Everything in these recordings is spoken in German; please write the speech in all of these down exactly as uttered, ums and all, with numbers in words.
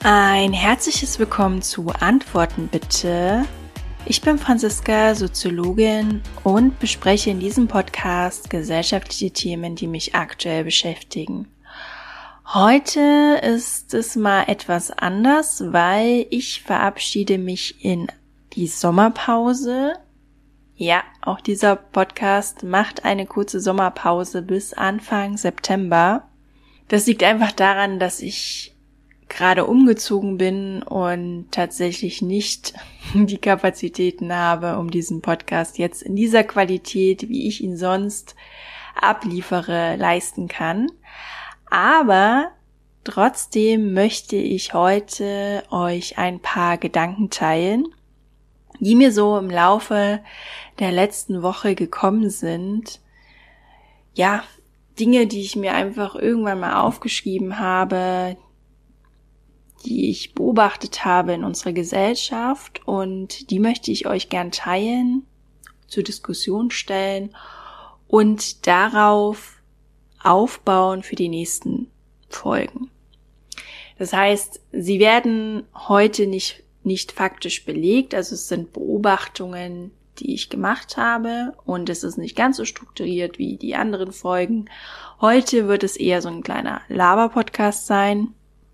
Ein herzliches Willkommen zu Antworten bitte. Ich bin Franziska, Soziologin und bespreche in diesem Podcast gesellschaftliche Themen, die mich aktuell beschäftigen. Heute ist es mal etwas anders, weil ich verabschiede mich in die Sommerpause. Ja, auch dieser Podcast macht eine kurze Sommerpause bis Anfang September. Das liegt einfach daran, dass ich gerade umgezogen bin und tatsächlich nicht die Kapazitäten habe, um diesen Podcast jetzt in dieser Qualität, wie ich ihn sonst abliefere, leisten kann. Aber trotzdem möchte ich heute euch ein paar Gedanken teilen, die mir so im Laufe der letzten Woche gekommen sind. Ja, Dinge, die ich mir einfach irgendwann mal aufgeschrieben habe, die ich beobachtet habe in unserer Gesellschaft, und die möchte ich euch gern teilen, zur Diskussion stellen und darauf aufbauen für die nächsten Folgen. Das heißt, sie werden heute nicht, nicht faktisch belegt, also es sind Beobachtungen, die ich gemacht habe, und es ist nicht ganz so strukturiert wie die anderen Folgen. Heute wird es eher so ein kleiner Laber-Podcast sein.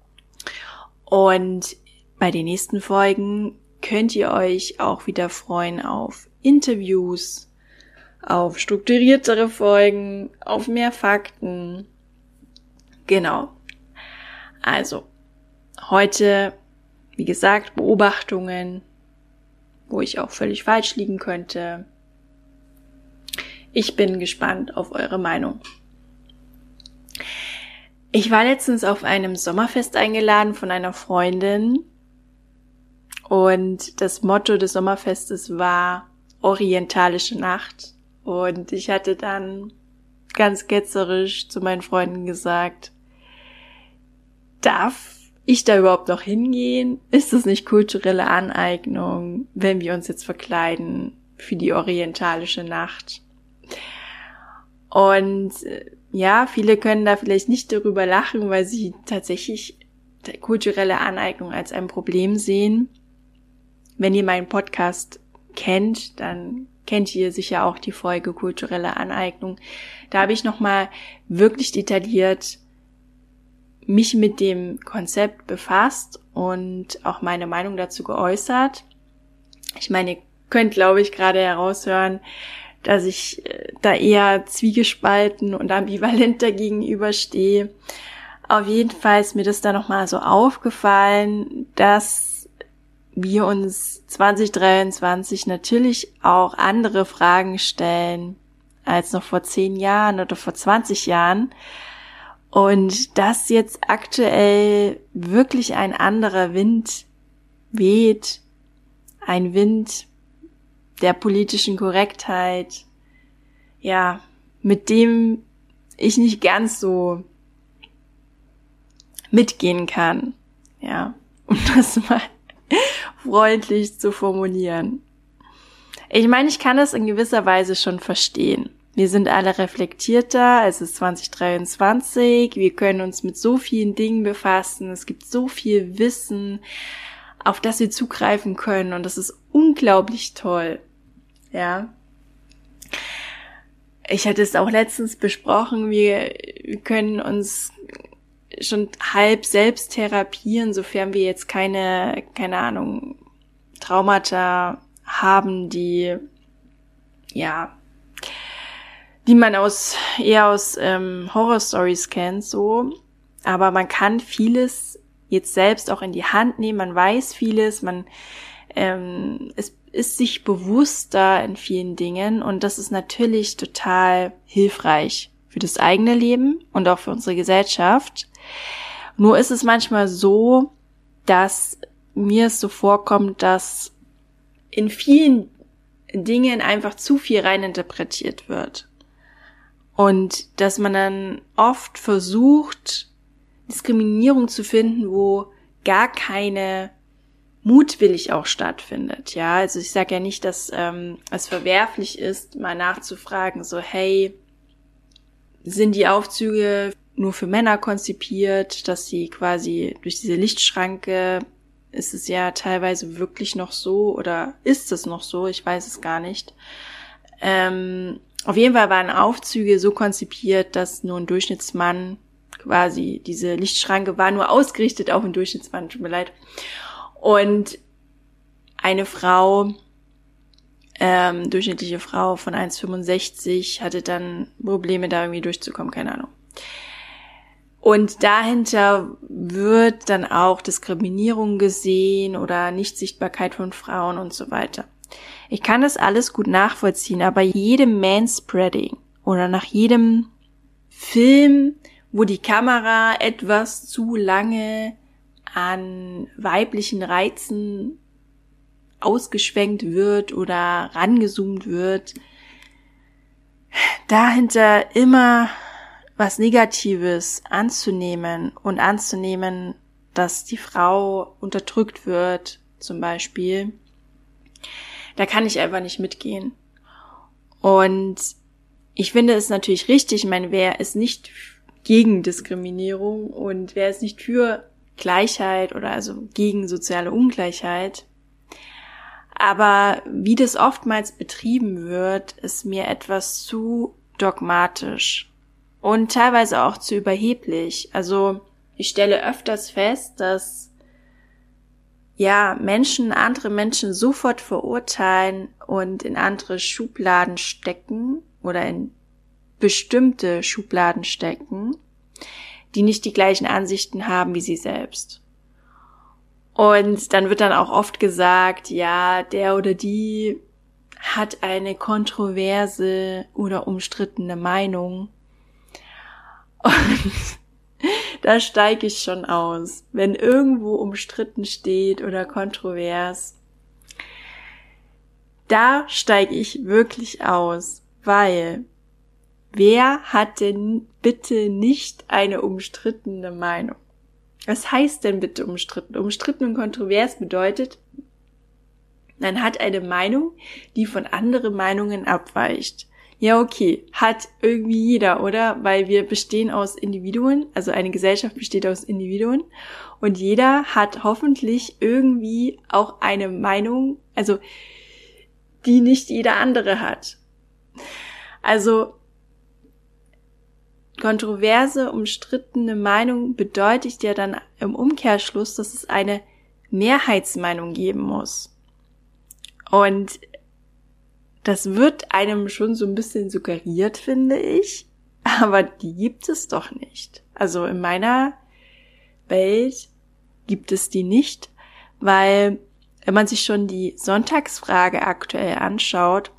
Und bei den nächsten Folgen könnt ihr euch auch wieder freuen auf Interviews, auf strukturiertere Folgen, auf mehr Fakten. Genau. Also, heute, wie gesagt, Beobachtungen, wo ich auch völlig falsch liegen könnte. Ich bin gespannt auf eure Meinung. Ich war letztens auf einem Sommerfest eingeladen von einer Freundin, und das Motto des Sommerfestes war Orientalische Nacht, und ich hatte dann ganz ketzerisch zu meinen Freunden gesagt, darf ich da überhaupt noch hingehen? Ist das nicht kulturelle Aneignung, wenn wir uns jetzt verkleiden für die Orientalische Nacht? Und ja, viele können da vielleicht nicht darüber lachen, weil sie tatsächlich kulturelle Aneignung als ein Problem sehen. Wenn ihr meinen Podcast kennt, dann kennt ihr sicher auch die Folge kulturelle Aneignung. Da habe ich nochmal wirklich detailliert mich mit dem Konzept befasst und auch meine Meinung dazu geäußert. Ich meine, ihr könnt, glaube ich, gerade heraushören, dass ich da eher zwiegespalten und ambivalent dagegenüber stehe. Auf jeden Fall ist mir das da nochmal so aufgefallen, dass wir uns zwanzig dreiundzwanzig natürlich auch andere Fragen stellen als noch vor zehn Jahren oder vor zwanzig Jahren. Und dass jetzt aktuell wirklich ein anderer Wind weht, ein Wind der politischen Korrektheit, ja, mit dem ich nicht ganz so mitgehen kann, ja, um das mal freundlich zu formulieren. Ich meine, ich kann das in gewisser Weise schon verstehen. Wir sind alle reflektierter, es ist zwanzig dreiundzwanzig, wir können uns mit so vielen Dingen befassen, es gibt so viel Wissen, auf das wir zugreifen können, und das ist unglaublich toll. Ja, ich hatte es auch letztens besprochen, wir, wir können uns schon halb selbst therapieren, sofern wir jetzt keine, keine Ahnung, Traumata haben, die, ja, die man aus, eher aus ähm, Horror-Stories kennt, so. Aber man kann vieles jetzt selbst auch in die Hand nehmen, man weiß vieles, man, ähm, es ist sich bewusster in vielen Dingen, und das ist natürlich total hilfreich für das eigene Leben und auch für unsere Gesellschaft. Nur ist es manchmal so, dass mir es so vorkommt, dass in vielen Dingen einfach zu viel reininterpretiert wird. Und dass man dann oft versucht, Diskriminierung zu finden, wo gar keine mutwillig auch stattfindet. Ja, also ich sage ja nicht, dass ähm, es verwerflich ist, mal nachzufragen, so hey, sind die Aufzüge nur für Männer konzipiert, dass sie quasi durch diese Lichtschranke, ist es ja teilweise wirklich noch so oder ist es noch so, ich weiß es gar nicht. Ähm, auf jeden Fall waren Aufzüge so konzipiert, dass nur ein Durchschnittsmann quasi, diese Lichtschranke war nur ausgerichtet auf einen Durchschnittsmann, tut mir leid. Und eine Frau, ähm, durchschnittliche Frau von eins Komma fünfundsechzig hatte dann Probleme, da irgendwie durchzukommen, keine Ahnung. Und dahinter wird dann auch Diskriminierung gesehen oder Nichtsichtbarkeit von Frauen und so weiter. Ich kann das alles gut nachvollziehen, aber jedem Manspreading oder nach jedem Film, wo die Kamera etwas zu lange an weiblichen Reizen ausgeschwenkt wird oder rangezoomt wird, dahinter immer was Negatives anzunehmen und anzunehmen, dass die Frau unterdrückt wird, zum Beispiel, da kann ich einfach nicht mitgehen. Und ich finde es natürlich richtig, ich meine, wer ist nicht gegen Diskriminierung und wer ist nicht für Gleichheit oder also gegen soziale Ungleichheit? Aber wie das oftmals betrieben wird, ist mir etwas zu dogmatisch und teilweise auch zu überheblich. Also ich stelle öfters fest, dass ja Menschen andere Menschen sofort verurteilen und in andere Schubladen stecken oder in bestimmte Schubladen stecken, die nicht die gleichen Ansichten haben wie sie selbst. Und dann wird dann auch oft gesagt, ja, der oder die hat eine kontroverse oder umstrittene Meinung. Und da steige ich schon aus. Wenn irgendwo umstritten steht oder kontrovers, da steige ich wirklich aus, weil wer hat denn bitte nicht eine umstrittene Meinung? Was heißt denn bitte umstritten? Umstritten und kontrovers bedeutet, man hat eine Meinung, die von anderen Meinungen abweicht. Ja, okay, hat irgendwie jeder, oder? Weil wir bestehen aus Individuen, also eine Gesellschaft besteht aus Individuen und jeder hat hoffentlich irgendwie auch eine Meinung, also die nicht jeder andere hat. Also kontroverse, umstrittene Meinung bedeutet ja dann im Umkehrschluss, dass es eine Mehrheitsmeinung geben muss. Und das wird einem schon so ein bisschen suggeriert, finde ich, aber die gibt es doch nicht. Also in meiner Welt gibt es die nicht, weil wenn man sich schon die Sonntagsfrage aktuell anschaut,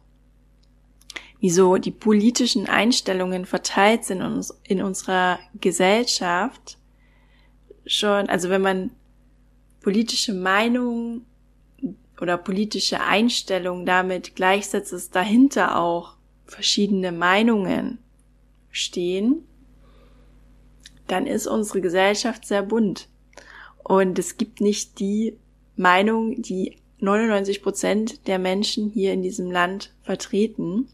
wieso die politischen Einstellungen verteilt sind in, uns, in unserer Gesellschaft, schon, also wenn man politische Meinung oder politische Einstellung damit gleichsetzt, dass dahinter auch verschiedene Meinungen stehen, dann ist unsere Gesellschaft sehr bunt. Und es gibt nicht die Meinung, die neunundneunzig Prozent der Menschen hier in diesem Land vertreten.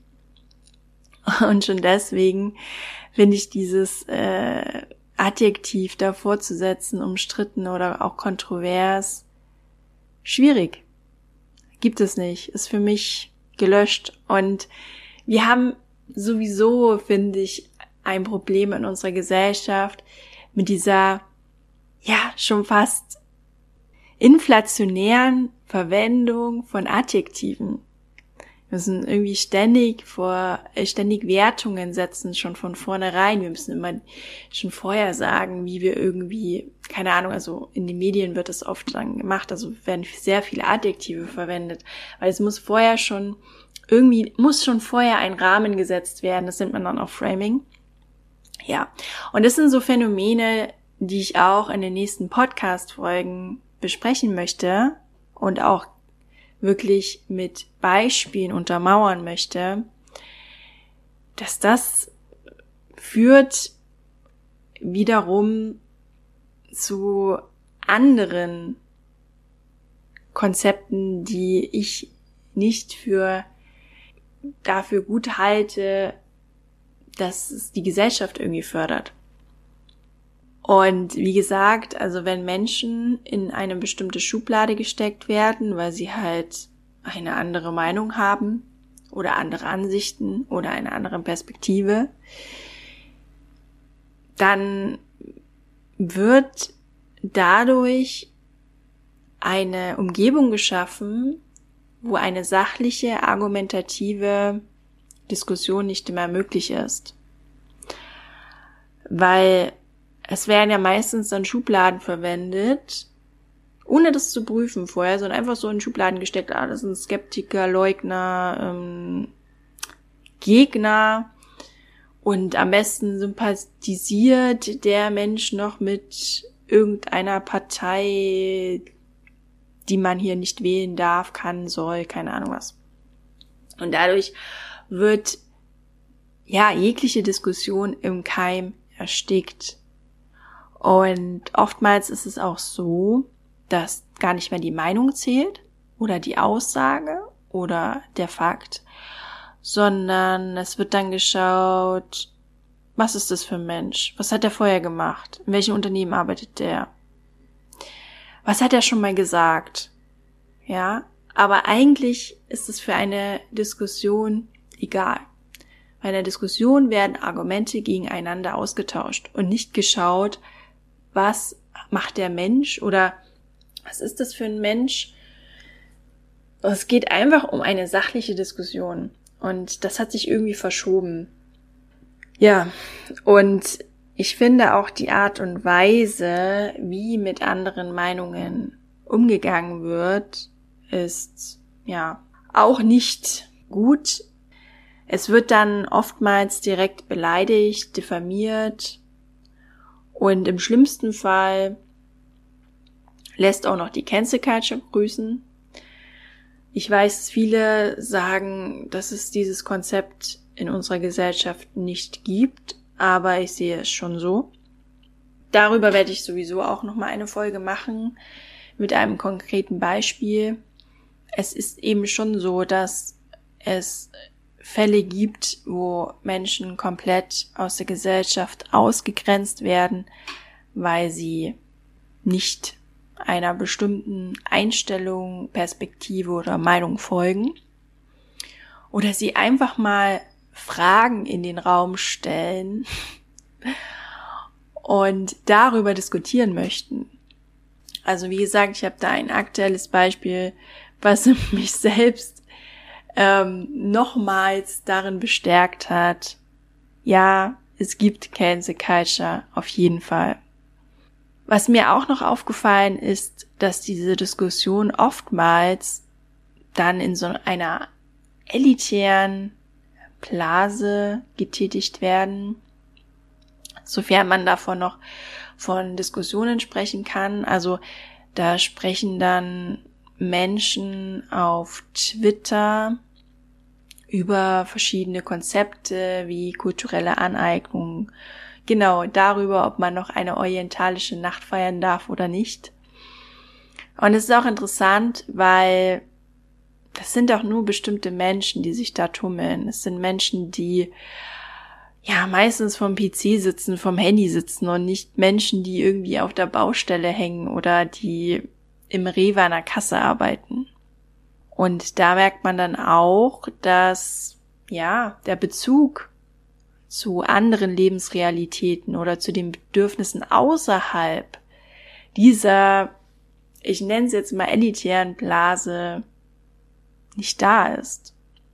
Und schon deswegen finde ich dieses äh, Adjektiv davor zu setzen, umstritten oder auch kontrovers, schwierig. Gibt es nicht. Ist für mich gelöscht. Und wir haben sowieso, finde ich, ein Problem in unserer Gesellschaft mit dieser, ja, schon fast inflationären Verwendung von Adjektiven. Wir müssen irgendwie ständig vor, äh, ständig Wertungen setzen, schon von vornherein. Wir müssen immer schon vorher sagen, wie wir irgendwie, keine Ahnung, also in den Medien wird das oft dann gemacht, also werden sehr viele Adjektive verwendet, weil es muss vorher schon, irgendwie muss schon vorher ein Rahmen gesetzt werden, das nennt man dann auch Framing. Ja, und das sind so Phänomene, die ich auch in den nächsten Podcast-Folgen besprechen möchte und auch wirklich mit Beispielen untermauern möchte, dass das führt wiederum zu anderen Konzepten, die ich nicht für dafür gut halte, dass es die Gesellschaft irgendwie fördert. Und wie gesagt, also wenn Menschen in eine bestimmte Schublade gesteckt werden, weil sie halt eine andere Meinung haben oder andere Ansichten oder eine andere Perspektive, dann wird dadurch eine Umgebung geschaffen, wo eine sachliche, argumentative Diskussion nicht mehr möglich ist. Weil es werden ja meistens dann Schubladen verwendet, ohne das zu prüfen vorher, sondern einfach so in Schubladen gesteckt, ah, das sind Skeptiker, Leugner, ähm, Gegner. Und am besten sympathisiert der Mensch noch mit irgendeiner Partei, die man hier nicht wählen darf, kann, soll, keine Ahnung was. Und dadurch wird ja jegliche Diskussion im Keim erstickt. Und oftmals ist es auch so, dass gar nicht mehr die Meinung zählt oder die Aussage oder der Fakt, sondern es wird dann geschaut, was ist das für ein Mensch? Was hat er vorher gemacht? In welchem Unternehmen arbeitet der? Was hat er schon mal gesagt? Ja, aber eigentlich ist es für eine Diskussion egal. Bei einer Diskussion werden Argumente gegeneinander ausgetauscht und nicht geschaut, was macht der Mensch oder was ist das für ein Mensch? Es geht einfach um eine sachliche Diskussion und das hat sich irgendwie verschoben. Ja, und ich finde auch die Art und Weise, wie mit anderen Meinungen umgegangen wird, ist ja auch nicht gut. Es wird dann oftmals direkt beleidigt, diffamiert und im schlimmsten Fall lässt auch noch die Cancel Culture grüßen. Ich weiß, viele sagen, dass es dieses Konzept in unserer Gesellschaft nicht gibt, aber ich sehe es schon so. Darüber werde ich sowieso auch nochmal eine Folge machen mit einem konkreten Beispiel. Es ist eben schon so, dass es Fälle gibt, wo Menschen komplett aus der Gesellschaft ausgegrenzt werden, weil sie nicht einer bestimmten Einstellung, Perspektive oder Meinung folgen. Oder sie einfach mal Fragen in den Raum stellen und darüber diskutieren möchten. Also wie gesagt, ich habe da ein aktuelles Beispiel, was mich selbst ähm, nochmals darin bestärkt hat, ja, es gibt Cancel Culture auf jeden Fall. Was mir auch noch aufgefallen ist, dass diese Diskussion oftmals dann in so einer elitären Blase getätigt werden, sofern man davon noch von Diskussionen sprechen kann. Also da sprechen dann Menschen auf Twitter über verschiedene Konzepte wie kulturelle Aneignung, genau darüber, ob man noch eine orientalische Nacht feiern darf oder nicht. Und es ist auch interessant, weil das sind auch nur bestimmte Menschen, die sich da tummeln. Es sind Menschen, die ja meistens vom P C sitzen, vom Handy sitzen und nicht Menschen, die irgendwie auf der Baustelle hängen oder die im Rewe an der Kasse arbeiten. Und da merkt man dann auch, dass ja der Bezug zu anderen Lebensrealitäten oder zu den Bedürfnissen außerhalb dieser, ich nenne es jetzt mal elitären Blase, nicht da ist.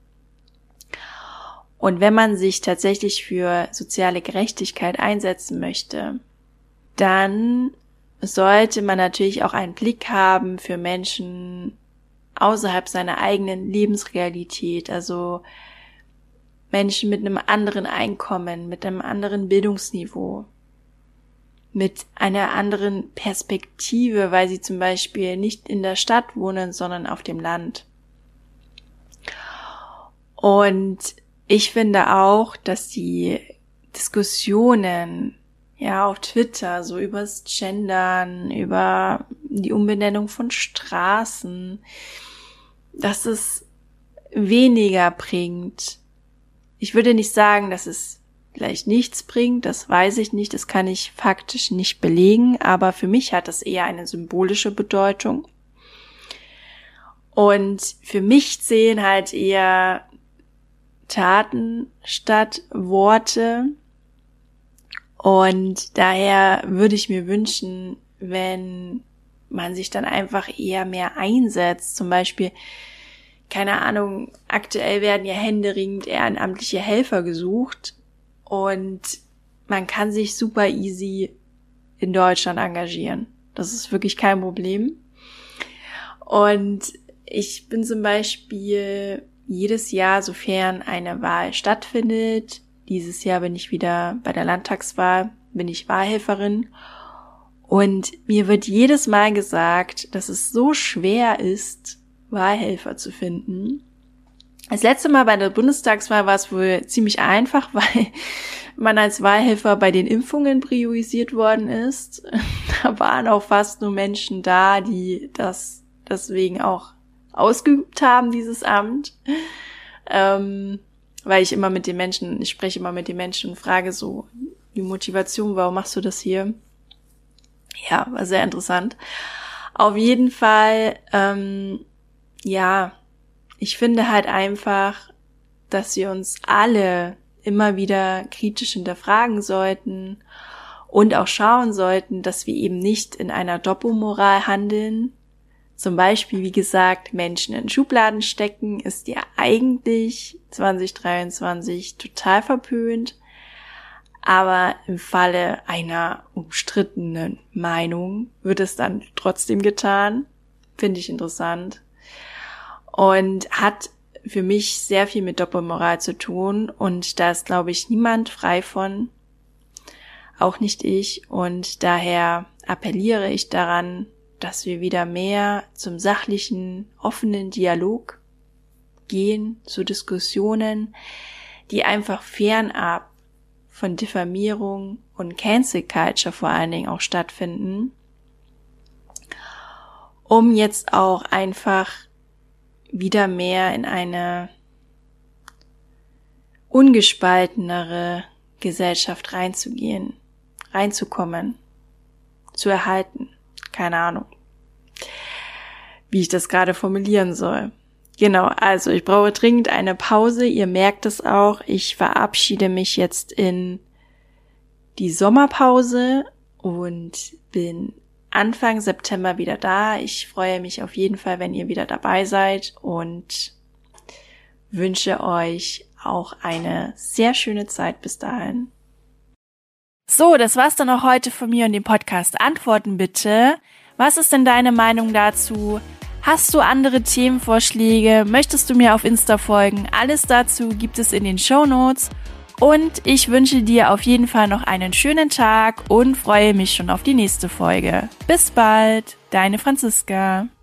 Und wenn man sich tatsächlich für soziale Gerechtigkeit einsetzen möchte, dann sollte man natürlich auch einen Blick haben für Menschen außerhalb seiner eigenen Lebensrealität, also Menschen mit einem anderen Einkommen, mit einem anderen Bildungsniveau, mit einer anderen Perspektive, weil sie zum Beispiel nicht in der Stadt wohnen, sondern auf dem Land. Und ich finde auch, dass die Diskussionen ja auf Twitter so übers Gendern, über die Umbenennung von Straßen, dass es weniger bringt. Ich würde nicht sagen, dass es vielleicht nichts bringt, das weiß ich nicht, das kann ich faktisch nicht belegen, aber für mich hat das eher eine symbolische Bedeutung. Und für mich zählen halt eher Taten statt Worte. Und daher würde ich mir wünschen, wenn man sich dann einfach eher mehr einsetzt. Zum Beispiel, keine Ahnung, aktuell werden ja händeringend ehrenamtliche Helfer gesucht und man kann sich super easy in Deutschland engagieren. Das ist wirklich kein Problem. Und ich bin zum Beispiel jedes Jahr, sofern eine Wahl stattfindet, dieses Jahr bin ich wieder bei der Landtagswahl, bin ich Wahlhelferin. Und mir wird jedes Mal gesagt, dass es so schwer ist, Wahlhelfer zu finden. Das letzte Mal bei der Bundestagswahl war es wohl ziemlich einfach, weil man als Wahlhelfer bei den Impfungen priorisiert worden ist. Da waren auch fast nur Menschen da, die das deswegen auch ausgeübt haben, dieses Amt. Ähm, weil ich immer mit den Menschen, ich spreche immer mit den Menschen und frage so die Motivation, warum machst du das hier? Ja, war sehr interessant. Auf jeden Fall, ähm, ja, ich finde halt einfach, dass wir uns alle immer wieder kritisch hinterfragen sollten und auch schauen sollten, dass wir eben nicht in einer Doppelmoral handeln. Zum Beispiel, wie gesagt, Menschen in Schubladen stecken, ist ja eigentlich zwanzig dreiundzwanzig total verpönt. Aber im Falle einer umstrittenen Meinung wird es dann trotzdem getan. Finde ich interessant. Und hat für mich sehr viel mit Doppelmoral zu tun. Und da ist, glaube ich, niemand frei von. Auch nicht ich. Und daher appelliere ich daran, dass wir wieder mehr zum sachlichen, offenen Dialog gehen, zu Diskussionen, die einfach fernab von Diffamierung und Cancel Culture vor allen Dingen auch stattfinden, um jetzt auch einfach wieder mehr in eine ungespaltenere Gesellschaft reinzugehen, reinzukommen, zu erhalten. Keine Ahnung, wie ich das gerade formulieren soll. Genau, also ich brauche dringend eine Pause. Ihr merkt es auch. Ich verabschiede mich jetzt in die Sommerpause und bin Anfang September wieder da. Ich freue mich auf jeden Fall, wenn ihr wieder dabei seid und wünsche euch auch eine sehr schöne Zeit bis dahin. So, das war's dann auch heute von mir und dem Podcast Antworten bitte. Was ist denn deine Meinung dazu? Hast du andere Themenvorschläge? Möchtest du mir auf Insta folgen? Alles dazu gibt es in den Shownotes. Und ich wünsche dir auf jeden Fall noch einen schönen Tag und freue mich schon auf die nächste Folge. Bis bald, deine Franziska.